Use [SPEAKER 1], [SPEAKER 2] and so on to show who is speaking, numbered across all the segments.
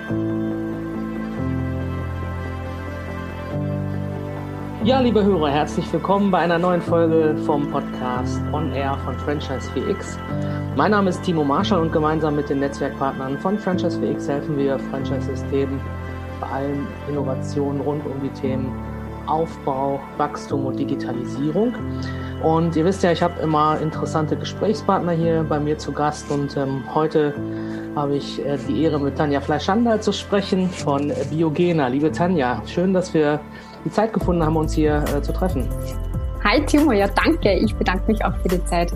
[SPEAKER 1] Ja, liebe Hörer, herzlich willkommen bei einer neuen Folge vom Podcast On Air von Franchise 4X. Mein Name ist Timo Marschall und gemeinsam mit den Netzwerkpartnern von Franchise 4X helfen wir Franchise-Systemen bei allen Innovationen rund um die Themen Aufbau, Wachstum und Digitalisierung. Und ihr wisst ja, ich habe immer interessante Gesprächspartner hier bei mir zu Gast und heute habe ich die Ehre, mit Tanja Fleischhandel zu sprechen von Biogena. Liebe Tanja, schön, dass wir die Zeit gefunden haben, uns hier zu treffen.
[SPEAKER 2] Hi Timo, ja danke. Ich bedanke mich auch für die Zeit.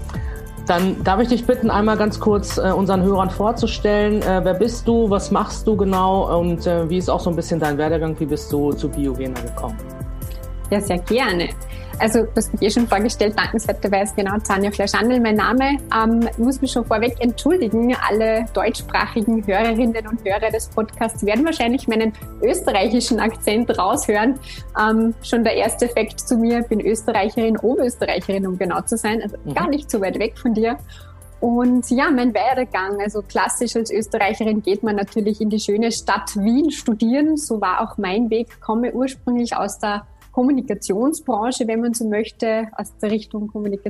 [SPEAKER 1] Dann darf ich dich bitten, einmal ganz kurz unseren Hörern vorzustellen. Wer bist du, was machst du genau und wie ist auch so ein bisschen dein Werdegang? Wie bist du zu Biogena gekommen?
[SPEAKER 2] Ja, sehr gerne. Also, du hast mich schon vorgestellt, dankenswerterweise, genau, Tanja Fleischhandel, mein Name. Ich muss mich schon vorweg entschuldigen, alle deutschsprachigen Hörerinnen und Hörer des Podcasts werden wahrscheinlich meinen österreichischen Akzent raushören. Schon der erste Fakt zu mir, bin Österreicherin, Oberösterreicherin, um genau zu sein, also gar nicht so weit weg von dir. Und ja, mein Werdegang, also klassisch als Österreicherin geht man natürlich in die schöne Stadt Wien studieren. So war auch mein Weg, komme ursprünglich aus der Kommunikationsbranche, wenn man so möchte, aus der Richtung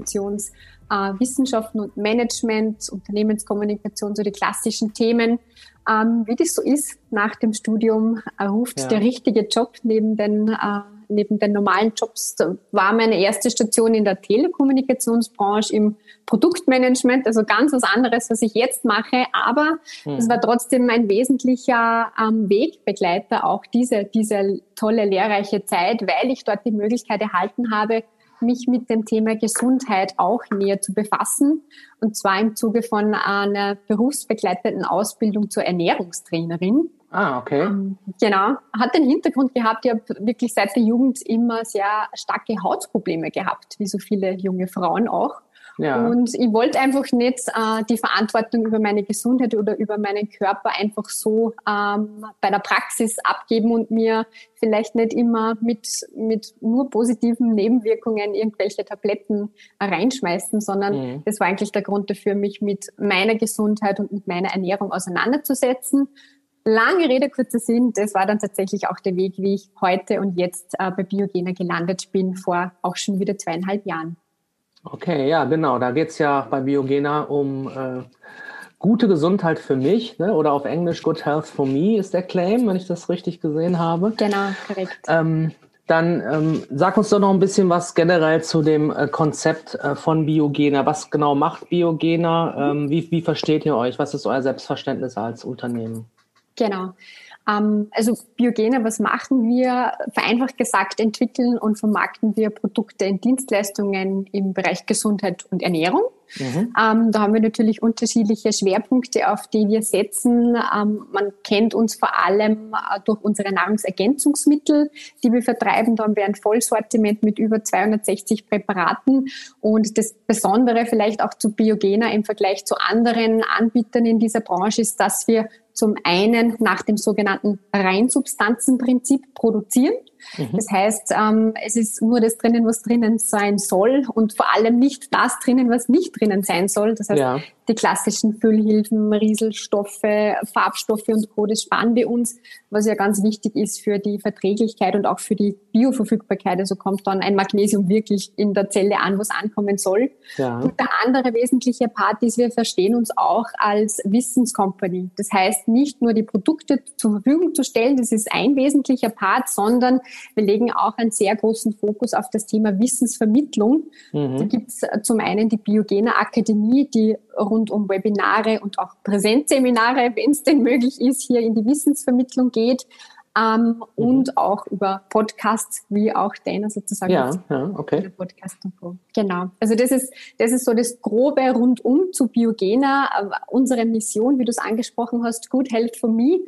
[SPEAKER 2] Kommunikationswissenschaften und Management, Unternehmenskommunikation, so die klassischen Themen. Wie das so ist, nach dem Studium ruft der richtige Job neben den normalen Jobs. Da war meine erste Station in der Telekommunikationsbranche im Produktmanagement, also ganz was anderes, was ich jetzt mache, aber es war trotzdem ein wesentlicher Wegbegleiter, auch diese tolle, lehrreiche Zeit, weil ich dort die Möglichkeit erhalten habe, mich mit dem Thema Gesundheit auch näher zu befassen, und zwar im Zuge von einer berufsbegleitenden Ausbildung zur Ernährungstrainerin.
[SPEAKER 1] Ah, okay.
[SPEAKER 2] Genau. Hat den Hintergrund gehabt, ich habe wirklich seit der Jugend immer sehr starke Hautprobleme gehabt, wie so viele junge Frauen auch. Ja. Und ich wollte einfach nicht die Verantwortung über meine Gesundheit oder über meinen Körper einfach so bei der Praxis abgeben und mir vielleicht nicht immer mit nur positiven Nebenwirkungen irgendwelche Tabletten reinschmeißen, sondern das war eigentlich der Grund dafür, mich mit meiner Gesundheit und mit meiner Ernährung auseinanderzusetzen. Lange Rede, kurzer Sinn, das war dann tatsächlich auch der Weg, wie ich heute und jetzt bei Biogena gelandet bin, vor auch schon wieder 2,5 Jahren.
[SPEAKER 1] Okay, ja, genau. Da geht's ja bei Biogena um gute Gesundheit für mich, ne? Oder auf Englisch Good Health for Me ist der Claim, wenn ich das richtig gesehen habe.
[SPEAKER 2] Genau, korrekt.
[SPEAKER 1] Dann sag uns doch noch ein bisschen was generell zu dem Konzept von Biogena. Was genau macht Biogena? Wie versteht ihr euch? Was ist euer Selbstverständnis als Unternehmen?
[SPEAKER 2] Genau. Also Biogena, was machen wir? Vereinfacht gesagt, entwickeln und vermarkten wir Produkte und Dienstleistungen im Bereich Gesundheit und Ernährung. Da haben wir natürlich unterschiedliche Schwerpunkte, auf die wir setzen. Man kennt uns vor allem durch unsere Nahrungsergänzungsmittel, die wir vertreiben. Da haben wir ein Vollsortiment mit über 260 Präparaten. Und das Besondere vielleicht auch zu Biogena im Vergleich zu anderen Anbietern in dieser Branche ist, dass wir zum einen nach dem sogenannten Reinsubstanzenprinzip produzieren. Das heißt, es ist nur das drinnen, was drinnen sein soll, und vor allem nicht das drinnen, was nicht drinnen sein soll. Das heißt, die klassischen Füllhilfen, Rieselstoffe, Farbstoffe und Co., das sparen wir uns, was ja ganz wichtig ist für die Verträglichkeit und auch für die Bioverfügbarkeit. Also kommt dann ein Magnesium wirklich in der Zelle an, wo es ankommen soll. Ja. Und der andere wesentliche Part ist, wir verstehen uns auch als Wissenscompany. Das heißt, nicht nur die Produkte zur Verfügung zu stellen, das ist ein wesentlicher Part, sondern wir legen auch einen sehr großen Fokus auf das Thema Wissensvermittlung. Da gibt es zum einen die Biogena Akademie, die rund um Webinare und auch Präsenzseminare, wenn es denn möglich ist, hier in die Wissensvermittlung geht. Und auch über Podcasts, wie auch deiner sozusagen.
[SPEAKER 1] Ja, okay.
[SPEAKER 2] Podcast und so. Genau. Also das ist so das Grobe rundum zu Biogena. Unsere Mission, wie du es angesprochen hast, Good Health for Me.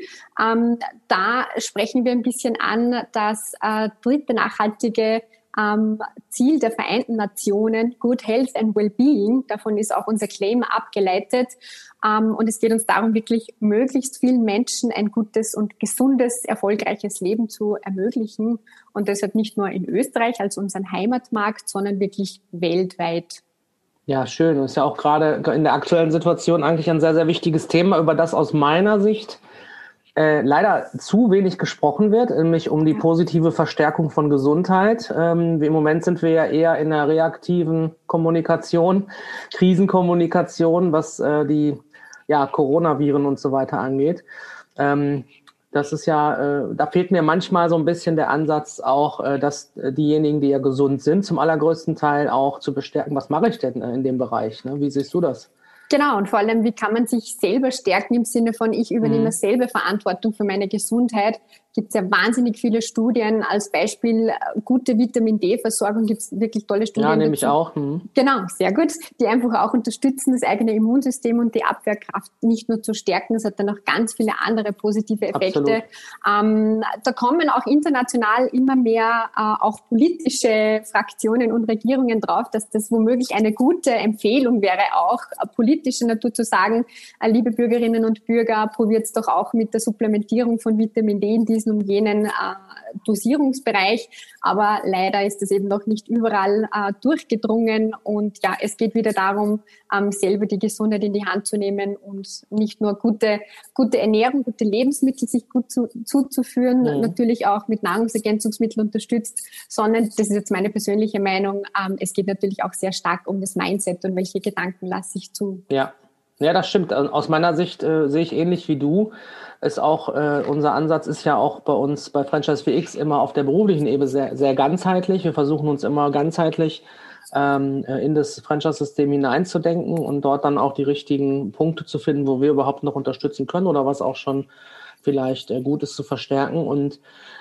[SPEAKER 2] Da sprechen wir ein bisschen an, das dritte nachhaltige Ziel der Vereinten Nationen, Good Health and Wellbeing. Davon ist auch unser Claim abgeleitet. Und es geht uns darum, wirklich möglichst vielen Menschen ein gutes und gesundes, erfolgreiches Leben zu ermöglichen. Und deshalb nicht nur in Österreich als unseren Heimatmarkt, sondern wirklich weltweit.
[SPEAKER 1] Ja, schön. Das ist ja auch gerade in der aktuellen Situation eigentlich ein sehr, sehr wichtiges Thema, über das aus meiner Sicht leider zu wenig gesprochen wird, nämlich um die positive Verstärkung von Gesundheit. Im Moment sind wir ja eher in der reaktiven Kommunikation, Krisenkommunikation, was die Coronaviren und so weiter angeht. Das ist ja, da fehlt mir manchmal so ein bisschen der Ansatz auch, dass diejenigen, die ja gesund sind, zum allergrößten Teil auch zu bestärken. Was mache ich denn in dem Bereich? Ne? Wie siehst du das?
[SPEAKER 2] Genau, und vor allem, wie kann man sich selber stärken im Sinne von, ich übernehme selber Verantwortung für meine Gesundheit. Gibt es ja wahnsinnig viele Studien. Als Beispiel gute Vitamin-D-Versorgung gibt es wirklich tolle Studien.
[SPEAKER 1] Ja, nehme ich auch.
[SPEAKER 2] Genau, sehr gut. Die einfach auch unterstützen, das eigene Immunsystem und die Abwehrkraft nicht nur zu stärken. Das hat dann auch ganz viele andere positive Effekte. Da kommen auch international immer mehr auch politische Fraktionen und Regierungen drauf, dass das womöglich eine gute Empfehlung wäre, auch politische Natur zu sagen, liebe Bürgerinnen und Bürger, probiert es doch auch mit der Supplementierung von Vitamin D in diesen und jenen Dosierungsbereich. Aber leider ist es eben noch nicht überall durchgedrungen. Und ja, es geht wieder darum, selber die Gesundheit in die Hand zu nehmen und nicht nur gute Ernährung, gute Lebensmittel sich gut zuzuführen, natürlich auch mit Nahrungsergänzungsmitteln unterstützt, sondern, das ist jetzt meine persönliche Meinung, es geht natürlich auch sehr stark um das Mindset und welche Gedanken lasse ich zu.
[SPEAKER 1] Ja, das stimmt. Aus meiner Sicht sehe ich ähnlich wie du. Ist auch unser Ansatz ist ja auch bei uns bei Franchise 4X immer auf der beruflichen Ebene sehr, sehr ganzheitlich. Wir versuchen uns immer ganzheitlich in das Franchise-System hineinzudenken und dort dann auch die richtigen Punkte zu finden, wo wir überhaupt noch unterstützen können oder was auch schon vielleicht gut ist zu verstärken. Und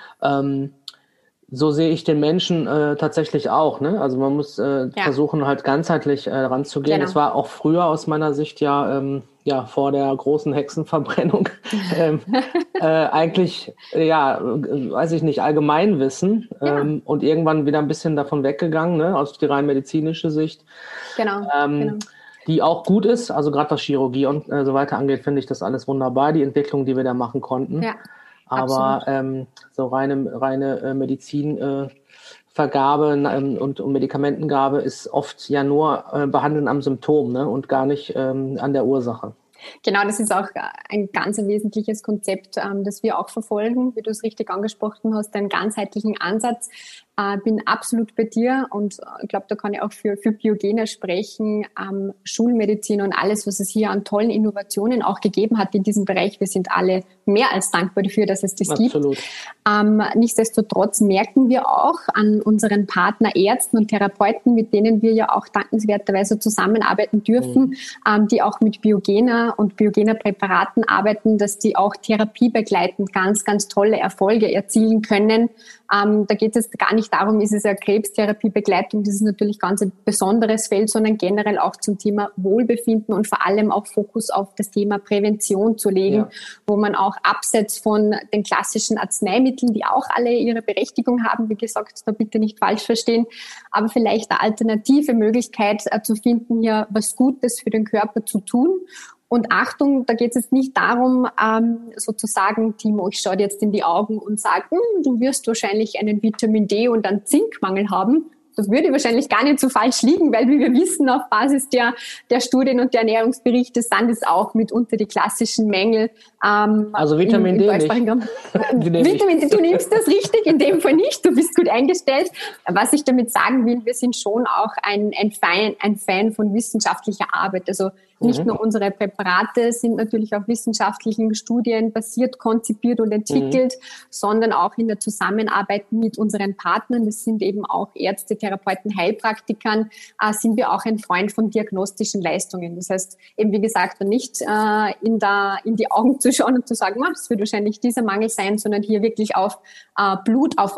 [SPEAKER 1] so sehe ich den Menschen tatsächlich auch. Ne? Also man muss versuchen, halt ganzheitlich ranzugehen.
[SPEAKER 2] Genau.
[SPEAKER 1] Das war auch früher aus meiner Sicht vor der großen Hexenverbrennung eigentlich, weiß ich nicht, Allgemeinwissen und irgendwann wieder ein bisschen davon weggegangen, ne? Aus die rein medizinische Sicht.
[SPEAKER 2] Genau.
[SPEAKER 1] Die auch gut ist. Also gerade was Chirurgie und so weiter angeht, finde ich das alles wunderbar, die Entwicklung, die wir da machen konnten.
[SPEAKER 2] Ja.
[SPEAKER 1] Aber so reine Medizinvergabe und Medikamentengabe ist oft ja nur Behandeln am Symptom, ne? Und gar nicht an der Ursache.
[SPEAKER 2] Genau, das ist auch ein ganz wesentliches Konzept, das wir auch verfolgen, wie du es richtig angesprochen hast, einen ganzheitlichen Ansatz. Bin absolut bei dir und ich glaube, da kann ich auch für Biogena sprechen. Schulmedizin und alles, was es hier an tollen Innovationen auch gegeben hat in diesem Bereich. Wir sind alle mehr als dankbar dafür, dass es das
[SPEAKER 1] Absolut.
[SPEAKER 2] gibt. Nichtsdestotrotz merken wir auch an unseren Partnerärzten und Therapeuten, mit denen wir ja auch dankenswerterweise zusammenarbeiten dürfen, die auch mit Biogena und Biogena-Präparaten arbeiten, dass die auch therapiebegleitend ganz, ganz tolle Erfolge erzielen können. Da geht es gar nicht darum, ist es eine Krebstherapiebegleitung, das ist natürlich ganz ein besonderes Feld, sondern generell auch zum Thema Wohlbefinden und vor allem auch Fokus auf das Thema Prävention zu legen, wo man auch abseits von den klassischen Arzneimitteln, die auch alle ihre Berechtigung haben, wie gesagt, da bitte nicht falsch verstehen, aber vielleicht eine alternative Möglichkeit zu finden, hier was Gutes für den Körper zu tun. Und Achtung, da geht es jetzt nicht darum, sozusagen, Timo, ich schaue dir jetzt in die Augen und sage, du wirst wahrscheinlich einen Vitamin D und einen Zinkmangel haben. Das würde wahrscheinlich gar nicht so falsch liegen, weil wie wir wissen, auf Basis der Studien und der Ernährungsberichte sind es auch mitunter die klassischen Mängel.
[SPEAKER 1] Also Vitamin D nicht.
[SPEAKER 2] Vitamin D, du nimmst das richtig, in dem Fall nicht, du bist gut eingestellt. Was ich damit sagen will, wir sind schon auch ein Fan von wissenschaftlicher Arbeit. Also nicht nur unsere Präparate sind natürlich auf wissenschaftlichen Studien basiert, konzipiert und entwickelt, sondern auch in der Zusammenarbeit mit unseren Partnern, das sind eben auch Ärzte, Therapeuten, Heilpraktikern, sind wir auch ein Freund von diagnostischen Leistungen. Das heißt, eben wie gesagt, nicht in die Augen zu schauen und zu sagen, das wird wahrscheinlich dieser Mangel sein, sondern hier wirklich auf auf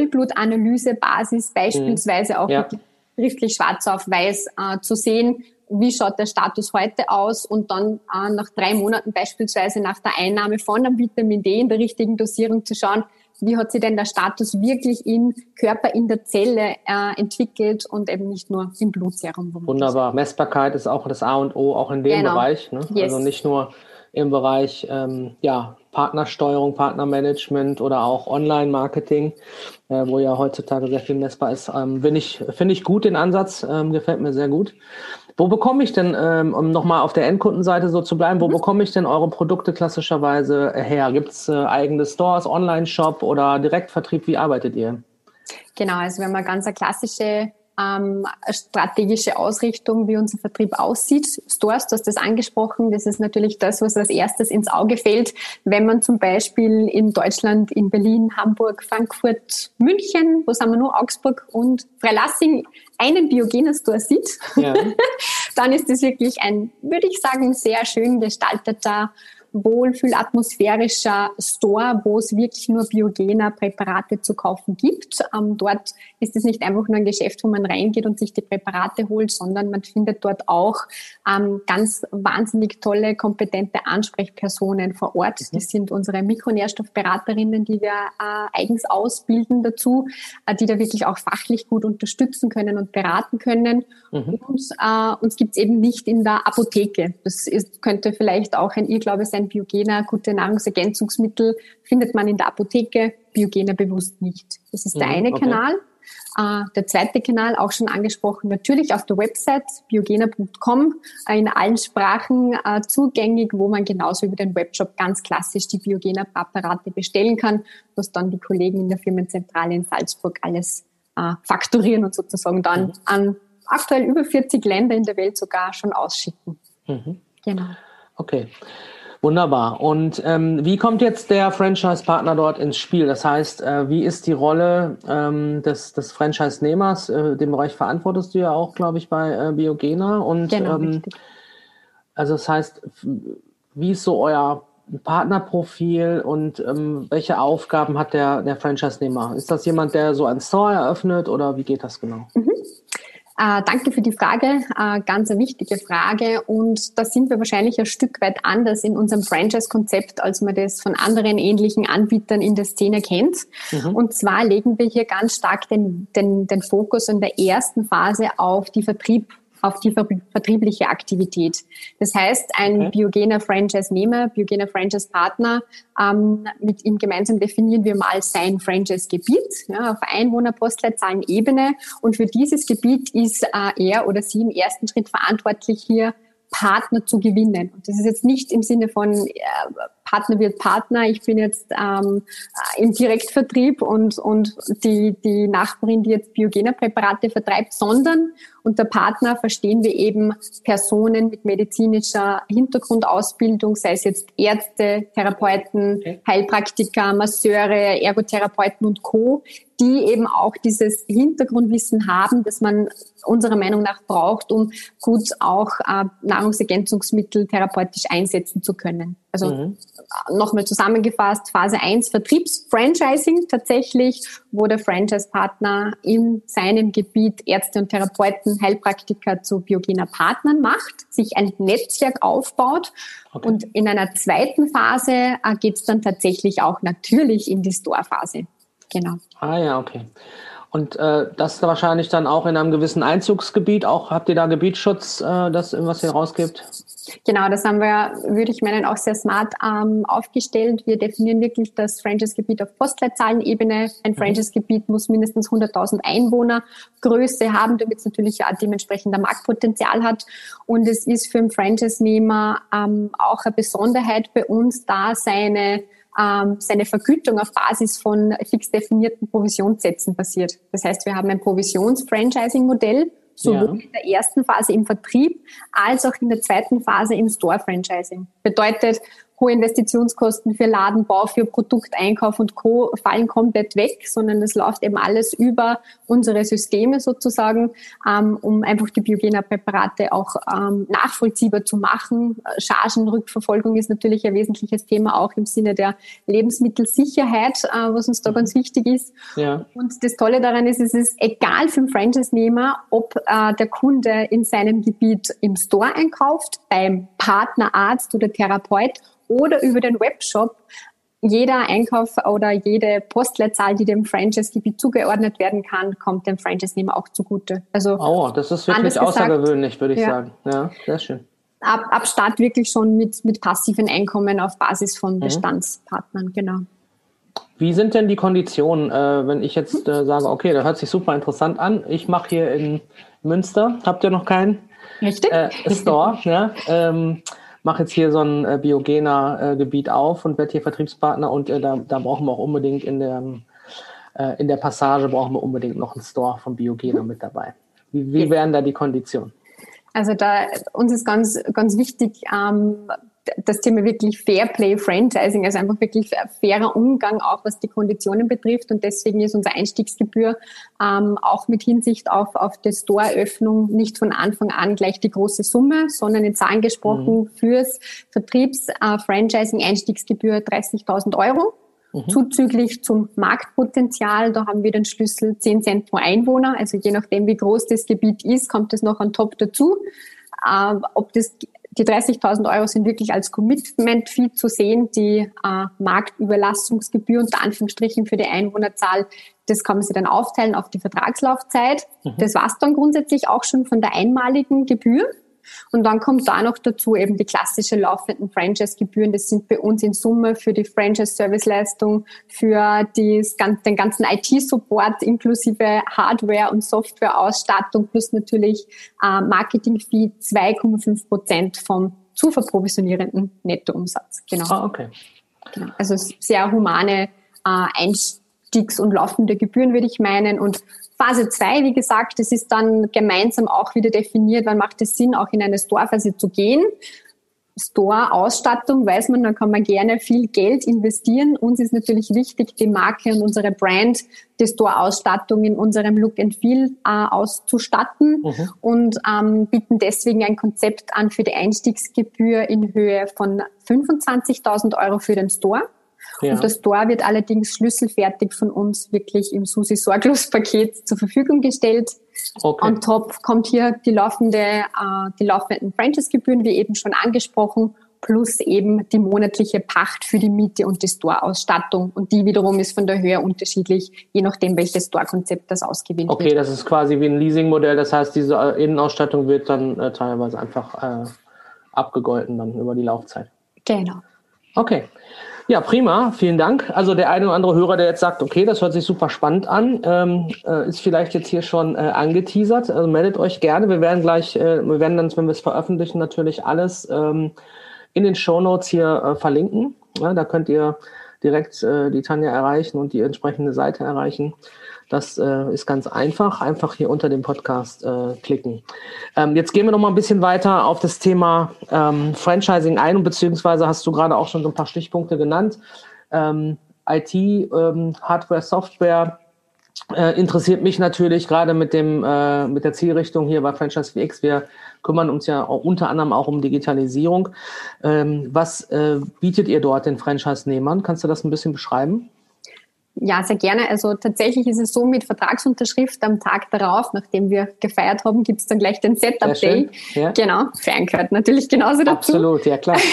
[SPEAKER 2] Vollblutanalyse-Basis beispielsweise auch wirklich schriftlich schwarz auf weiß zu sehen, wie schaut der Status heute aus und dann nach 3 Monaten beispielsweise nach der Einnahme von einem Vitamin D in der richtigen Dosierung zu schauen, wie hat sich denn der Status wirklich im Körper, in der Zelle entwickelt und eben nicht nur im Blutserum.
[SPEAKER 1] Wunderbar. Messbarkeit ist auch das A und O, auch in dem Bereich. Ne?
[SPEAKER 2] Yes.
[SPEAKER 1] Also nicht nur im Bereich Partnersteuerung, Partnermanagement oder auch Online-Marketing, wo ja heutzutage sehr viel messbar ist. Finde ich gut den Ansatz, gefällt mir sehr gut. Wo bekomme ich denn, um nochmal auf der Endkundenseite so zu bleiben, wo bekomme ich denn eure Produkte klassischerweise her? Gibt es eigene Stores, Online-Shop oder Direktvertrieb? Wie arbeitet ihr?
[SPEAKER 2] Genau, also wir haben eine ganz klassische strategische Ausrichtung, wie unser Vertrieb aussieht. Stores, du hast das angesprochen, das ist natürlich das, was als erstes ins Auge fällt, wenn man zum Beispiel in Deutschland, in Berlin, Hamburg, Frankfurt, München, wo sind wir nur, Augsburg und Freilassing, einen Biogener Store sieht, ja. Dann ist das wirklich ein, würde ich sagen, sehr schön gestalteter, wohlfühlatmosphärischer Store, wo es wirklich nur biogener Präparate zu kaufen gibt. Dort ist es nicht einfach nur ein Geschäft, wo man reingeht und sich die Präparate holt, sondern man findet dort auch ganz wahnsinnig tolle, kompetente Ansprechpersonen vor Ort. Das sind unsere Mikronährstoffberaterinnen, die wir eigens ausbilden dazu, die da wirklich auch fachlich gut unterstützen können und beraten können. Und uns gibt es eben nicht in der Apotheke. Das könnte vielleicht auch ein Irrglaube sein. Biogener, gute Nahrungsergänzungsmittel findet man in der Apotheke, Biogener bewusst nicht. Das ist der eine Kanal. Der zweite Kanal, auch schon angesprochen, natürlich auf der Website biogener.com, in allen Sprachen zugänglich, wo man genauso über den Webshop ganz klassisch die Biogener-Präparate bestellen kann, was dann die Kollegen in der Firmenzentrale in Salzburg alles fakturieren und sozusagen dann an aktuell über 40 Länder in der Welt sogar schon ausschicken. Genau.
[SPEAKER 1] Okay. Wunderbar. Und wie kommt jetzt der Franchise-Partner dort ins Spiel? Das heißt, wie ist die Rolle des Franchise-Nehmers? Den Bereich verantwortest du ja auch, glaube ich, bei Biogener. Und
[SPEAKER 2] genau,
[SPEAKER 1] also das heißt, wie ist so euer Partnerprofil und welche Aufgaben hat der Franchise-Nehmer? Ist das jemand, der so einen Store eröffnet oder wie geht das genau?
[SPEAKER 2] Danke für die Frage, ganz eine wichtige Frage, und da sind wir wahrscheinlich ein Stück weit anders in unserem Franchise-Konzept, als man das von anderen ähnlichen Anbietern in der Szene kennt. Und zwar legen wir hier ganz stark den Fokus in der ersten Phase auf die vertriebliche Aktivität. Das heißt, ein Biogener Franchise-Nehmer, Biogener Franchise-Partner, mit ihm gemeinsam definieren wir mal sein Franchise-Gebiet, ja, auf Einwohner-Postleitzahlen-Ebene. Und für dieses Gebiet ist er oder sie im ersten Schritt verantwortlich, hier Partner zu gewinnen. Und das ist jetzt nicht im Sinne von Partner wird Partner, ich bin jetzt im Direktvertrieb und die Nachbarin, die jetzt Biogener-Präparate vertreibt, sondern unter Partner verstehen wir eben Personen mit medizinischer Hintergrundausbildung, sei es jetzt Ärzte, Therapeuten, Heilpraktiker, Masseure, Ergotherapeuten und Co., die eben auch dieses Hintergrundwissen haben, das man unserer Meinung nach braucht, um gut auch Nahrungsergänzungsmittel therapeutisch einsetzen zu können. Also nochmal zusammengefasst, Phase 1 Vertriebs-Franchising tatsächlich, wo der Franchise-Partner in seinem Gebiet Ärzte und Therapeuten, Heilpraktiker zu Biogener Partnern macht, sich ein Netzwerk aufbaut. Und in einer zweiten Phase geht es dann tatsächlich auch natürlich in die Store-Phase. Genau.
[SPEAKER 1] Ah ja, okay. Und das wahrscheinlich dann auch in einem gewissen Einzugsgebiet, auch habt ihr da Gebietsschutz, das was ihr rausgibt?
[SPEAKER 2] Genau, das haben wir, würde ich meinen, auch sehr smart aufgestellt. Wir definieren wirklich das Franchise-Gebiet auf Postleitzahlenebene. Ein Franchise-Gebiet muss mindestens 100.000 Einwohner Größe haben, damit es natürlich auch dementsprechend ein Marktpotenzial hat. Und es ist für einen Franchise-Nehmer auch eine Besonderheit bei uns, da seine Vergütung auf Basis von fix definierten Provisionssätzen basiert. Das heißt, wir haben ein Provisions-Franchising-Modell, sowohl in der ersten Phase im Vertrieb als auch in der zweiten Phase im Store-Franchising. Bedeutet, hohe Investitionskosten für Ladenbau, für Produkteinkauf und Co. fallen komplett weg, sondern das läuft eben alles über unsere Systeme sozusagen, um einfach die Biogener-Präparate auch nachvollziehbar zu machen. Chargenrückverfolgung ist natürlich ein wesentliches Thema, auch im Sinne der Lebensmittelsicherheit, was uns da ganz wichtig ist. Ja. Und das Tolle daran ist, es ist egal für den Franchise-Nehmer, ob der Kunde in seinem Gebiet im Store einkauft, beim Partnerarzt oder Therapeut oder über den Webshop. Jeder Einkauf oder jede Postleitzahl, die dem Franchise-Gebiet zugeordnet werden kann, kommt dem Franchise-Nehmer auch zugute. Also
[SPEAKER 1] das ist wirklich außergewöhnlich, würde ich sagen. Ja, sehr schön.
[SPEAKER 2] Ab Start wirklich schon mit passiven Einkommen auf Basis von Bestandspartnern, genau.
[SPEAKER 1] Wie sind denn die Konditionen, wenn ich jetzt sage, okay, das hört sich super interessant an, ich mache hier in Münster, habt ihr noch keinen
[SPEAKER 2] Richtig.
[SPEAKER 1] Store, ja. Mache jetzt hier so ein Biogener Gebiet auf und werde hier Vertriebspartner und da brauchen wir auch unbedingt in der Passage brauchen wir unbedingt noch einen Store von Biogener mit dabei. Wie wären da die Konditionen?
[SPEAKER 2] Also uns ist ganz, ganz wichtig, das Thema wirklich Fairplay Franchising, also einfach wirklich fairer Umgang, auch was die Konditionen betrifft. Und deswegen ist unsere Einstiegsgebühr auch mit Hinsicht auf die Store-Eröffnung nicht von Anfang an gleich die große Summe, sondern in Zahlen gesprochen fürs Vertriebs-Franchising Einstiegsgebühr 30.000 Euro. Zuzüglich zum Marktpotenzial, da haben wir den Schlüssel 10 Cent pro Einwohner. Also je nachdem, wie groß das Gebiet ist, kommt es noch on top dazu. Die 30.000 Euro sind wirklich als Commitment-Fee zu sehen. Die Marktüberlassungsgebühr unter Anführungsstrichen für die Einwohnerzahl, das kann man sich dann aufteilen auf die Vertragslaufzeit. Das war's dann grundsätzlich auch schon von der einmaligen Gebühr. Und dann kommt da noch dazu eben die klassische laufenden Franchise-Gebühren. Das sind bei uns in Summe für die Franchise-Service-Leistung, für den ganzen IT-Support inklusive Hardware- und Software-Ausstattung plus natürlich Marketing-Fee 2,5% vom zu verprovisionierenden Nettoumsatz. Genau.
[SPEAKER 1] Okay.
[SPEAKER 2] Genau. Also sehr humane Einstiegs- und laufende Gebühren, würde ich meinen. Und Phase 2, wie gesagt, das ist dann gemeinsam auch wieder definiert, wann macht es Sinn, auch in eine Store-Phase zu gehen. Store-Ausstattung, weiß man, da kann man gerne viel Geld investieren. Uns ist natürlich wichtig, die Marke und unsere Brand, die Store-Ausstattung in unserem Look and Feel auszustatten und bieten deswegen ein Konzept an für die Einstiegsgebühr in Höhe von 25.000 Euro für den Store. Ja. Und das Store wird allerdings schlüsselfertig von uns wirklich im Susi-Sorglos-Paket zur Verfügung gestellt. Okay. On top kommt hier die laufenden Franchise-Gebühren, wie eben schon angesprochen, plus eben die monatliche Pacht für die Miete und die Store-Ausstattung. Und die wiederum ist von der Höhe unterschiedlich, je nachdem, welches Store-Konzept das ausgewählt wird.
[SPEAKER 1] Okay, das ist quasi wie ein Leasing-Modell. Das heißt, diese Innenausstattung wird dann teilweise einfach abgegolten dann über die Laufzeit.
[SPEAKER 2] Genau.
[SPEAKER 1] Okay. Ja, prima, vielen Dank. Also der eine oder andere Hörer, der jetzt sagt, okay, das hört sich super spannend an, ist vielleicht jetzt hier schon angeteasert. Also meldet euch gerne. Wir werden dann, wenn wir es veröffentlichen, natürlich alles in den Shownotes hier verlinken. Ja, da könnt ihr direkt die Tanja erreichen und die entsprechende Seite erreichen. Das ist ganz einfach hier unter dem Podcast klicken. Jetzt gehen wir noch mal ein bisschen weiter auf das Thema Franchising ein, und beziehungsweise hast du gerade auch schon so ein paar Stichpunkte genannt. IT, Hardware, Software interessiert mich natürlich gerade mit der Zielrichtung hier bei Franchise FX. Wir kümmern uns ja auch unter anderem auch um Digitalisierung. Was bietet ihr dort den Franchise-Nehmern? Kannst du das ein bisschen beschreiben?
[SPEAKER 2] Ja, sehr gerne. Also tatsächlich ist es so, mit Vertragsunterschrift am Tag darauf, nachdem wir gefeiert haben, gibt es dann gleich den Setup-Day. Ja. Genau, Feiern gehört natürlich genauso dazu.
[SPEAKER 1] Absolut, ja klar.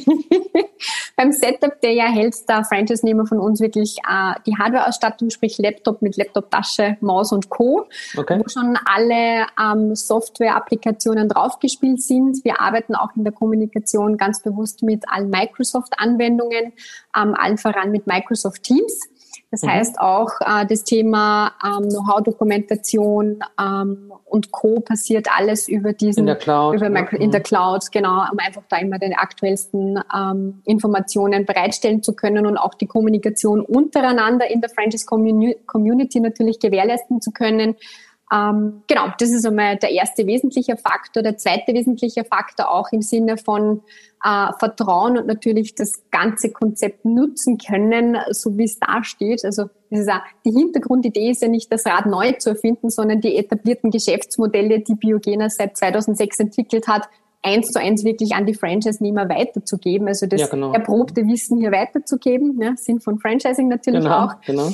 [SPEAKER 2] Beim Setup-Day erhält der Franchise-Nehmer von uns wirklich die Hardware-Ausstattung, sprich Laptop mit Laptop-Tasche, Maus und Co., wo schon alle Software-Applikationen draufgespielt sind. Wir arbeiten auch in der Kommunikation ganz bewusst mit allen Microsoft-Anwendungen, allen voran mit Microsoft Teams. Das heißt auch, das Thema Know-how-Dokumentation und Co. passiert alles über in der Cloud, in der Cloud, genau, um einfach da immer die aktuellsten Informationen bereitstellen zu können und auch die Kommunikation untereinander in der Franchise-Community natürlich gewährleisten zu können. Genau, das ist einmal der erste wesentliche Faktor. Der zweite wesentliche Faktor auch im Sinne von Vertrauen und natürlich das ganze Konzept nutzen können, so wie es da steht. Also das ist auch, die Hintergrundidee ist ja nicht, das Rad neu zu erfinden, sondern die etablierten Geschäftsmodelle, die Biogener seit 2006 entwickelt hat, 1:1 wirklich an die Franchise-Nehmer weiterzugeben, also das erprobte Wissen hier weiterzugeben, ne? Sinn von Franchising natürlich auch,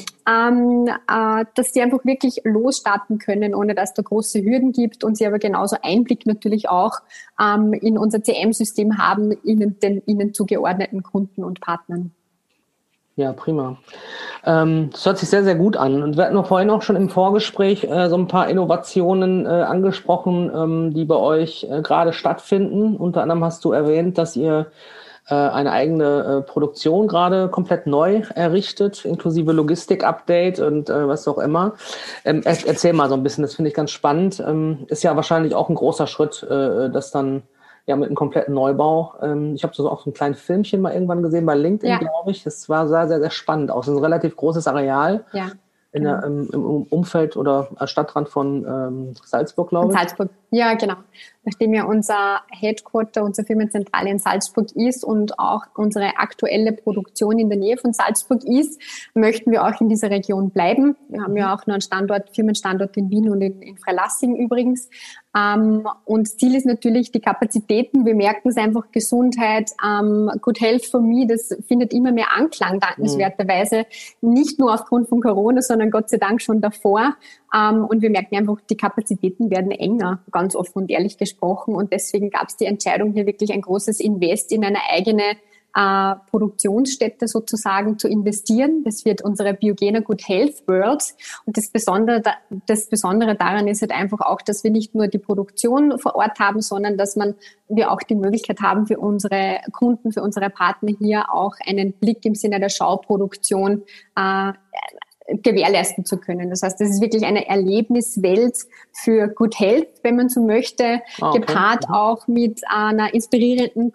[SPEAKER 2] dass die einfach wirklich losstarten können, ohne dass da große Hürden gibt und sie aber genauso Einblick natürlich auch in unser CM-System haben, ihnen zugeordneten Kunden und Partnern.
[SPEAKER 1] Ja, prima. Das hört sich sehr, sehr gut an. Und wir hatten vorhin auch schon im Vorgespräch so ein paar Innovationen angesprochen, die bei euch gerade stattfinden. Unter anderem hast du erwähnt, dass ihr eine eigene Produktion gerade komplett neu errichtet, inklusive Logistik-Update und was auch immer. Erzähl mal so ein bisschen, das finde ich ganz spannend. Ist ja wahrscheinlich auch ein großer Schritt, das dann ja mit einem kompletten Neubau. Ich habe so auch so ein kleines Filmchen mal irgendwann gesehen bei LinkedIn, glaube ich. Das war sehr, sehr, sehr spannend aus. Das ist ein relativ großes Areal. Ja. Im Umfeld oder Stadtrand von Salzburg, glaube ich.
[SPEAKER 2] Salzburg, ja, genau. Nachdem ja unser Headquarter, unsere Firmenzentrale in Salzburg ist und auch unsere aktuelle Produktion in der Nähe von Salzburg ist, möchten wir auch in dieser Region bleiben. Wir haben ja auch noch einen Firmenstandort in Wien und in Freilassing übrigens. Und Ziel ist natürlich die Kapazitäten. Wir merken es einfach, Gesundheit, Good Health for Me, das findet immer mehr Anklang, dankenswerterweise. Nicht nur aufgrund von Corona, sondern Gott sei Dank schon davor. Und wir merken einfach, die Kapazitäten werden enger, ganz offen und ehrlich gesprochen. Und deswegen gab es die Entscheidung, hier wirklich ein großes Invest in eine eigene Produktionsstätte sozusagen zu investieren. Das wird unsere Biogena Good Health World. Und das Besondere daran ist halt einfach auch, dass wir nicht nur die Produktion vor Ort haben, sondern dass wir auch die Möglichkeit haben, für unsere Kunden, für unsere Partner hier auch einen Blick im Sinne der Schauproduktion gewährleisten zu können. Das heißt, das ist wirklich eine Erlebniswelt für Good Health, wenn man so möchte, gepaart auch mit einer inspirierenden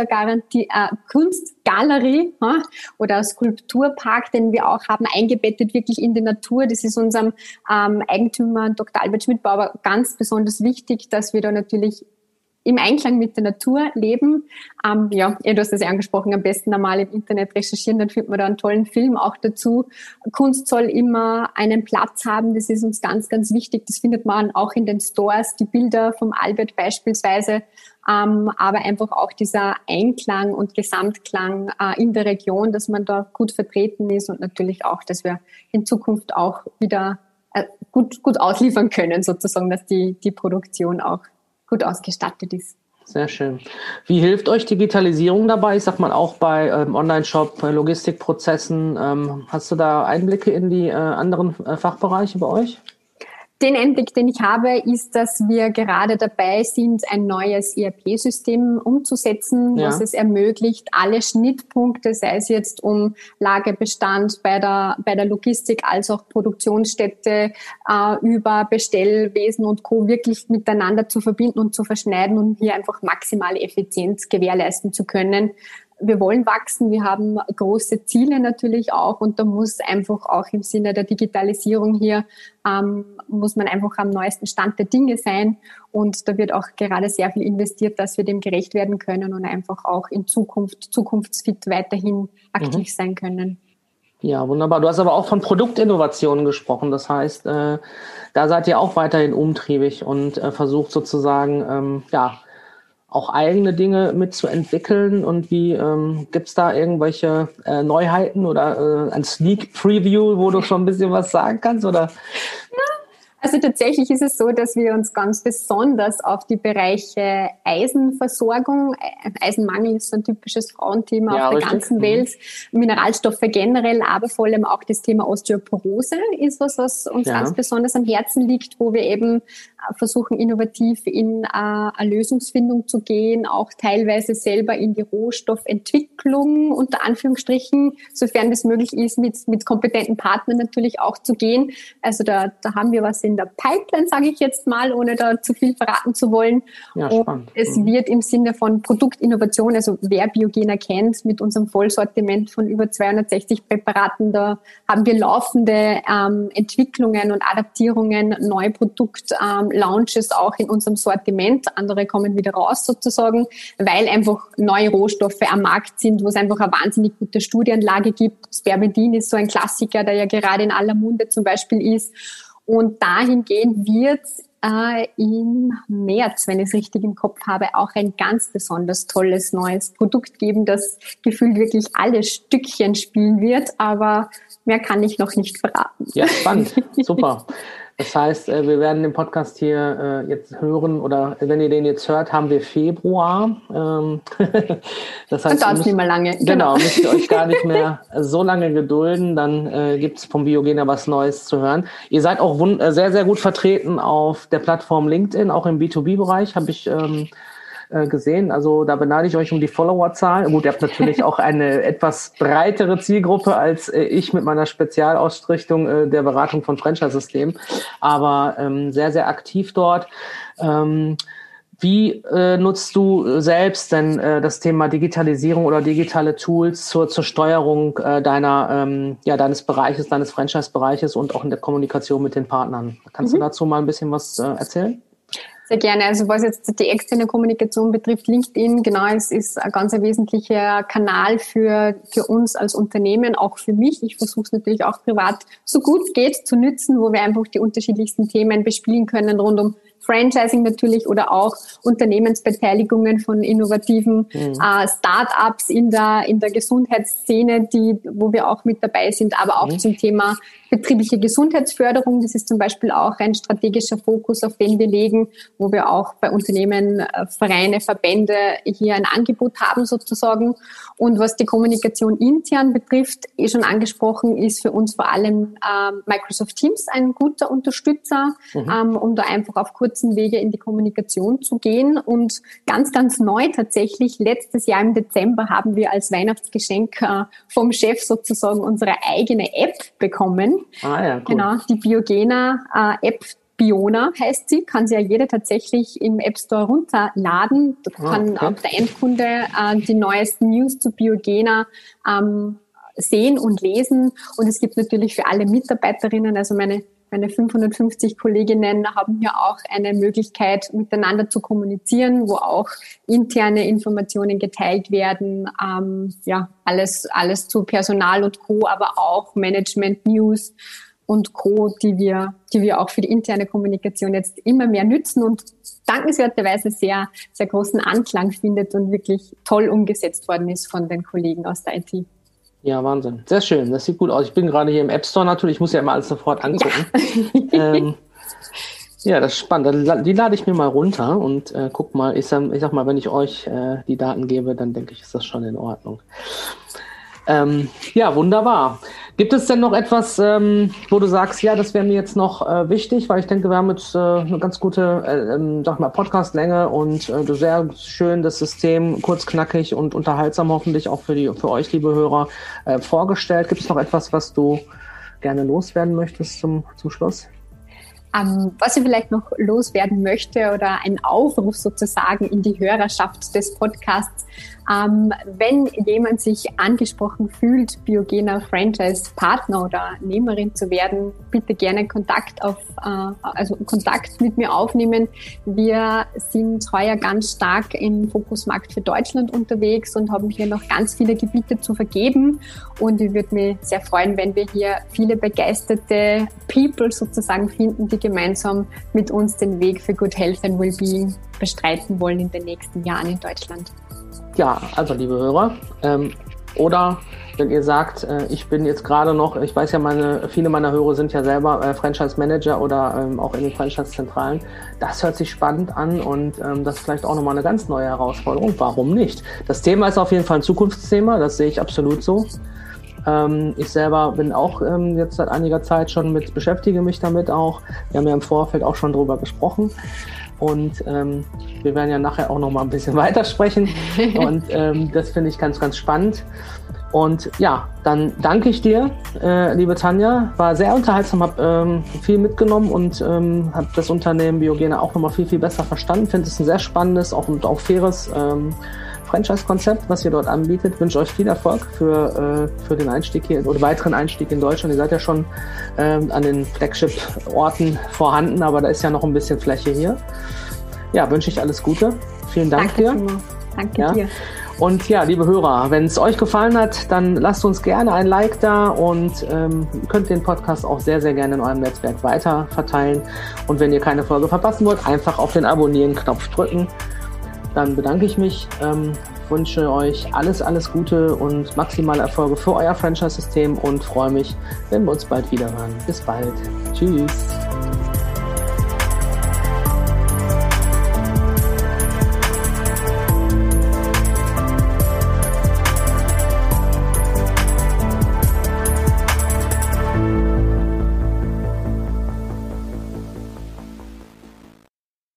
[SPEAKER 2] Kunstgalerie oder Skulpturpark, den wir auch haben, eingebettet wirklich in die Natur. Das ist unserem Eigentümer Dr. Albert Schmidbauer ganz besonders wichtig, dass wir da natürlich im Einklang mit der Natur leben. Du hast das ja angesprochen, am besten einmal im Internet recherchieren, dann findet man da einen tollen Film auch dazu. Kunst soll immer einen Platz haben, das ist uns ganz, ganz wichtig. Das findet man auch in den Stores, die Bilder vom Albert beispielsweise, aber einfach auch dieser Einklang und Gesamtklang in der Region, dass man da gut vertreten ist und natürlich auch, dass wir in Zukunft auch wieder gut ausliefern können, sozusagen, dass die Produktion auch gut ausgestattet ist.
[SPEAKER 1] Sehr schön. Wie hilft euch Digitalisierung dabei? Ich sag mal auch bei Online-Shop, Logistikprozessen. Hast du da Einblicke in die anderen Fachbereiche bei euch?
[SPEAKER 2] Den Einblick, den ich habe, ist, dass wir gerade dabei sind, ein neues ERP-System umzusetzen, was es ermöglicht, alle Schnittpunkte, sei es jetzt um Lagerbestand bei der Logistik als auch Produktionsstätte, über Bestellwesen und Co. wirklich miteinander zu verbinden und zu verschneiden und hier einfach maximale Effizienz gewährleisten zu können. Wir wollen wachsen, wir haben große Ziele natürlich auch und da muss einfach auch im Sinne der Digitalisierung hier, muss man einfach am neuesten Stand der Dinge sein und da wird auch gerade sehr viel investiert, dass wir dem gerecht werden können und einfach auch in Zukunft zukunftsfit weiterhin aktiv sein können.
[SPEAKER 1] Ja, wunderbar. Du hast aber auch von Produktinnovationen gesprochen, das heißt, da seid ihr auch weiterhin umtriebig und versucht sozusagen, auch eigene Dinge mitzuentwickeln und wie gibt's da irgendwelche Neuheiten oder ein Sneak Preview, wo du schon ein bisschen was sagen kannst oder?
[SPEAKER 2] Also tatsächlich ist es so, dass wir uns ganz besonders auf die Bereiche Eisenversorgung, Eisenmangel ist so ein typisches Frauenthema auf der ganzen Welt, Mineralstoffe generell, aber vor allem auch das Thema Osteoporose ist was uns ganz besonders am Herzen liegt, wo wir eben versuchen, innovativ in eine Lösungsfindung zu gehen, auch teilweise selber in die Rohstoffentwicklung, unter Anführungsstrichen, sofern das möglich ist, mit kompetenten Partnern natürlich auch zu gehen. Also da haben wir was in der Pipeline, sage ich jetzt mal, ohne da zu viel verraten zu wollen. Ja, spannend. Und es wird im Sinne von Produktinnovation, also wer Biogena kennt, mit unserem Vollsortiment von über 260 Präparaten, da haben wir laufende Entwicklungen und Adaptierungen, neue Launches auch in unserem Sortiment. Andere kommen wieder raus sozusagen, weil einfach neue Rohstoffe am Markt sind, wo es einfach eine wahnsinnig gute Studienlage gibt. Spermidin ist so ein Klassiker, der ja gerade in aller Munde zum Beispiel ist. Und dahingehend wird im März, wenn ich es richtig im Kopf habe, auch ein ganz besonders tolles neues Produkt geben, das gefühlt wirklich alle Stückchen spielen wird. Aber mehr kann ich noch nicht verraten.
[SPEAKER 1] Ja, spannend. Super. Das heißt, wir werden den Podcast hier jetzt hören oder wenn ihr den jetzt hört, haben wir Februar. Das heißt,
[SPEAKER 2] dauert nicht mehr lange.
[SPEAKER 1] Genau, müsst ihr euch gar nicht mehr so lange gedulden. Dann gibt es vom Biogena was Neues zu hören. Ihr seid auch sehr, sehr gut vertreten auf der Plattform LinkedIn, auch im B2B-Bereich habe ich gesehen. Also da beneide ich euch um die Followerzahl. Gut, ihr habt natürlich auch eine etwas breitere Zielgruppe als ich mit meiner Spezialausrichtung der Beratung von Franchise-Systemen, aber sehr, sehr aktiv dort. Wie nutzt du selbst denn das Thema Digitalisierung oder digitale Tools zur Steuerung deines Bereiches, deines Franchise-Bereiches und auch in der Kommunikation mit den Partnern? Kannst du dazu mal ein bisschen was erzählen?
[SPEAKER 2] Sehr gerne. Also was jetzt die externe Kommunikation betrifft, LinkedIn, genau, es ist ein ganz wesentlicher Kanal für uns als Unternehmen, auch für mich. Ich versuche es natürlich auch privat so gut es geht zu nützen, wo wir einfach die unterschiedlichsten Themen bespielen können rund um Franchising natürlich oder auch Unternehmensbeteiligungen von innovativen Start-ups in der Gesundheitsszene, wo wir auch mit dabei sind, aber auch zum Thema betriebliche Gesundheitsförderung. Das ist zum Beispiel auch ein strategischer Fokus, auf den wir legen, wo wir auch bei Unternehmen, Vereine, Verbände hier ein Angebot haben sozusagen. Und was die Kommunikation intern betrifft, schon angesprochen, ist für uns vor allem Microsoft Teams ein guter Unterstützer, um da einfach auf kurzen Wege in die Kommunikation zu gehen. Und ganz, ganz neu tatsächlich, letztes Jahr im Dezember haben wir als Weihnachtsgeschenk vom Chef sozusagen unsere eigene App bekommen. Ah ja, cool. Genau, die Biogena-App. Biona heißt sie, kann sie ja jeder tatsächlich im App Store runterladen. Da kann auch der Endkunde die neuesten News zu Biogena sehen und lesen. Und es gibt natürlich für alle Mitarbeiterinnen, also meine 550 Kolleginnen haben hier auch eine Möglichkeit, miteinander zu kommunizieren, wo auch interne Informationen geteilt werden, alles zu Personal und Co., aber auch Management News und Co., die wir auch für die interne Kommunikation jetzt immer mehr nützen und dankenswerterweise sehr, sehr großen Anklang findet und wirklich toll umgesetzt worden ist von den Kollegen aus der IT.
[SPEAKER 1] Ja, Wahnsinn. Sehr schön. Das sieht gut aus. Ich bin gerade hier im App Store natürlich. Ich muss ja immer alles sofort angucken. Ja, das ist spannend. Die lade ich mir mal runter und guck mal. Ich sag mal, wenn ich euch die Daten gebe, dann denke ich, ist das schon in Ordnung. Ja, wunderbar. Gibt es denn noch etwas, wo du sagst, ja, das wäre mir jetzt noch wichtig, weil ich denke, wir haben jetzt eine ganz gute, Podcast-Länge und sehr schön das System kurz, knackig und unterhaltsam hoffentlich auch für euch, liebe Hörer, vorgestellt. Gibt es noch etwas, was du gerne loswerden möchtest zum Schluss?
[SPEAKER 2] Was ich vielleicht noch loswerden möchte oder ein Aufruf sozusagen in die Hörerschaft des Podcasts. Wenn jemand sich angesprochen fühlt, Biogena Franchise Partner oder Nehmerin zu werden, bitte gerne Kontakt mit mir aufnehmen. Wir sind heuer ganz stark im Fokusmarkt für Deutschland unterwegs und haben hier noch ganz viele Gebiete zu vergeben. Und ich würde mich sehr freuen, wenn wir hier viele begeisterte People sozusagen finden, die gemeinsam mit uns den Weg für Good Health and Wellbeing bestreiten wollen in den nächsten Jahren in Deutschland.
[SPEAKER 1] Ja, also liebe Hörer, oder wenn ihr sagt, ich bin jetzt gerade noch, ich weiß ja, viele meiner Hörer sind ja selber Franchise-Manager oder auch in den Franchise-Zentralen, das hört sich spannend an und das ist vielleicht auch nochmal eine ganz neue Herausforderung. Warum nicht? Das Thema ist auf jeden Fall ein Zukunftsthema, das sehe ich absolut so. Ich selber bin auch jetzt seit einiger Zeit beschäftige mich damit auch. Wir haben ja im Vorfeld auch schon drüber gesprochen. Und wir werden ja nachher auch noch mal ein bisschen weitersprechen. Und das finde ich ganz, ganz spannend. Und ja, dann danke ich dir, liebe Tanja. War sehr unterhaltsam, habe viel mitgenommen und habe das Unternehmen Biogena auch noch mal viel, viel besser verstanden. Finde es ein sehr spannendes und auch faires Franchise-Konzept, was ihr dort anbietet. Ich wünsche euch viel Erfolg für den Einstieg hier oder weiteren Einstieg in Deutschland. Ihr seid ja schon an den Flagship-Orten vorhanden, aber da ist ja noch ein bisschen Fläche hier. Ja, wünsche ich alles Gute. Vielen Dank dir.
[SPEAKER 2] Danke dir.
[SPEAKER 1] Und ja, liebe Hörer, wenn es euch gefallen hat, dann lasst uns gerne ein Like da und könnt den Podcast auch sehr, sehr gerne in eurem Netzwerk weiter verteilen. Und wenn ihr keine Folge verpassen wollt, einfach auf den Abonnieren-Knopf drücken. Dann bedanke ich mich, wünsche euch alles, alles Gute und maximale Erfolge für euer Franchise-System und freue mich, wenn wir uns bald wieder hören. Bis bald. Tschüss.